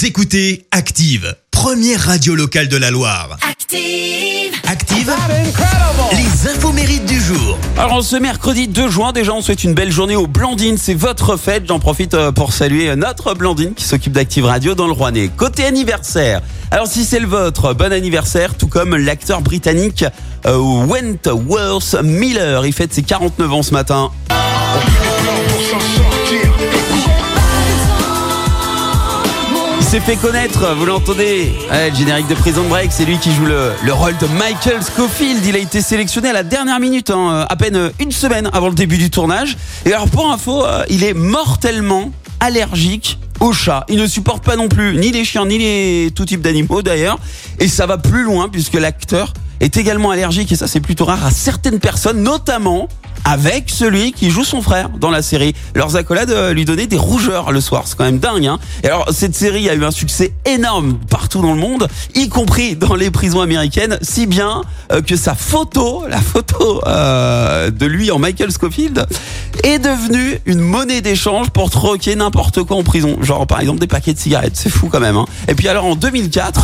Vous écoutez Active, première radio locale de la Loire. Active, les infos mérites du jour. Alors ce mercredi 2 juin, déjà on souhaite une belle journée aux Blandines. C'est votre fête, j'en profite pour saluer notre Blandine qui s'occupe d'Active Radio dans le Rouennais. Côté anniversaire, alors si c'est le vôtre, bon anniversaire, tout comme l'acteur britannique Wentworth Miller. Il fête ses 49 ans ce matin. Il s'est fait connaître, vous l'entendez, le générique de Prison Break, c'est lui qui joue le rôle de Michael Scofield. Il a été sélectionné à la dernière minute, à peine une semaine avant le début du tournage. Et alors pour info, il est mortellement allergique aux chats. Il ne supporte pas non plus ni les chiens ni les tout type d'animaux d'ailleurs. Et ça va plus loin puisque l'acteur est également allergique, et ça c'est plutôt rare, à certaines personnes, notamment avec celui qui joue son frère dans la série. Leurs accolades lui donnaient des rougeurs le soir, c'est quand même dingue, hein. Et alors cette série a eu un succès énorme partout dans le monde, y compris dans les prisons américaines, si bien que sa photo, la photo de lui en Michael Scofield, est devenue une monnaie d'échange pour troquer n'importe quoi en prison. Genre par exemple des paquets de cigarettes, c'est fou quand même, hein. Et puis alors en 2004...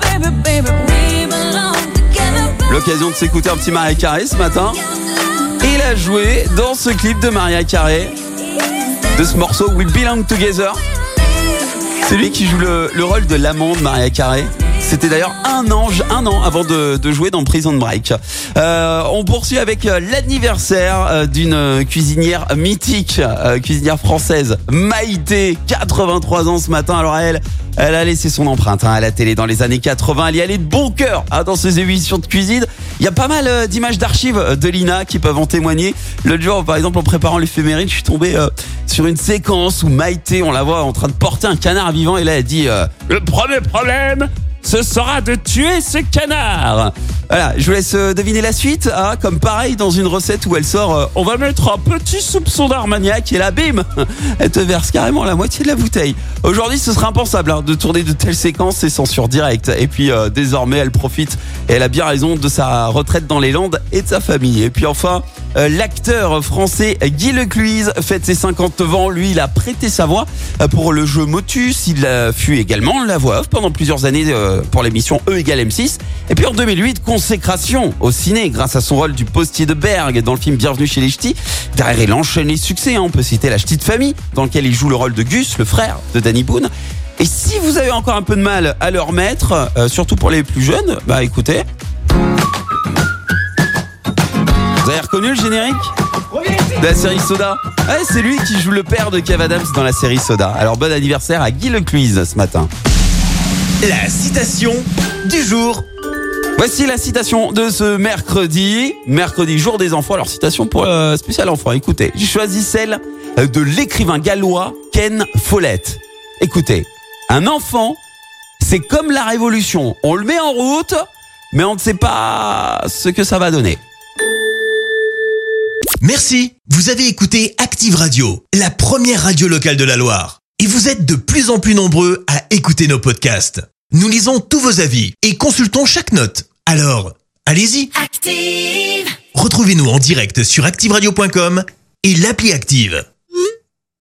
l'occasion de s'écouter un petit Mariah Carey ce matin. Et il a joué dans ce clip de Mariah Carey, de ce morceau We Belong Together. C'est lui qui joue le rôle de l'amant de Mariah Carey. C'était d'ailleurs un an avant de jouer dans Prison Break. On poursuit avec l'anniversaire d'une cuisinière mythique, cuisinière française, Maïté, 83 ans ce matin. Alors elle a laissé son empreinte à la télé dans les années 80. Elle y allait de bon cœur dans ses émissions de cuisine. Il y a pas mal d'images d'archives de Lina qui peuvent en témoigner. L'autre jour, par exemple, en préparant l'éphéméride, je suis tombé sur une séquence où Maïté, on la voit en train de porter un canard vivant. Et là, elle dit le premier problème, ce sera de tuer ce canard. Voilà, je vous laisse deviner la suite, hein, comme pareil dans une recette où elle sort on va mettre un petit soupçon d'Armagnac, et là bim, elle te verse carrément la moitié de la bouteille. Aujourd'hui ce sera impensable, hein, de tourner de telles séquences, c'est censure directe. Et puis désormais elle profite, et elle a bien raison, de sa retraite dans les Landes et de sa famille. Et puis enfin l'acteur français Guy Lecluise fête ses 59 ans. Lui, il a prêté sa voix pour le jeu Motus. Il fut également la voix off pendant plusieurs années pour l'émission E = M6. Et puis en 2008, consécration au ciné grâce à son rôle du postier de Berg dans le film Bienvenue chez les Ch'tis. Derrière, il enchaîne les succès, hein. On peut citer La Ch'tite Famille, dans lequel il joue le rôle de Gus, le frère de Danny Boone. Et si vous avez encore un peu de mal à le remettre, surtout pour les plus jeunes, bah écoutez... Vous avez reconnu le générique de la série Soda? Ouais, c'est lui qui joue le père de Kev Adams dans la série Soda. Alors bon anniversaire à Guy Lecluise ce matin. La citation du jour. Voici la citation de ce mercredi jour des enfants. Alors citation pour spécial enfant. Écoutez, j'ai choisi celle de l'écrivain gallois Ken Follett. Écoutez, un enfant, c'est comme la révolution. On le met en route, mais on ne sait pas ce que ça va donner. Merci, vous avez écouté Active Radio, la première radio locale de la Loire. Et vous êtes de plus en plus nombreux à écouter nos podcasts. Nous lisons tous vos avis et consultons chaque note. Alors, allez-y. Active! Retrouvez-nous en direct sur activeradio.com et l'appli Active.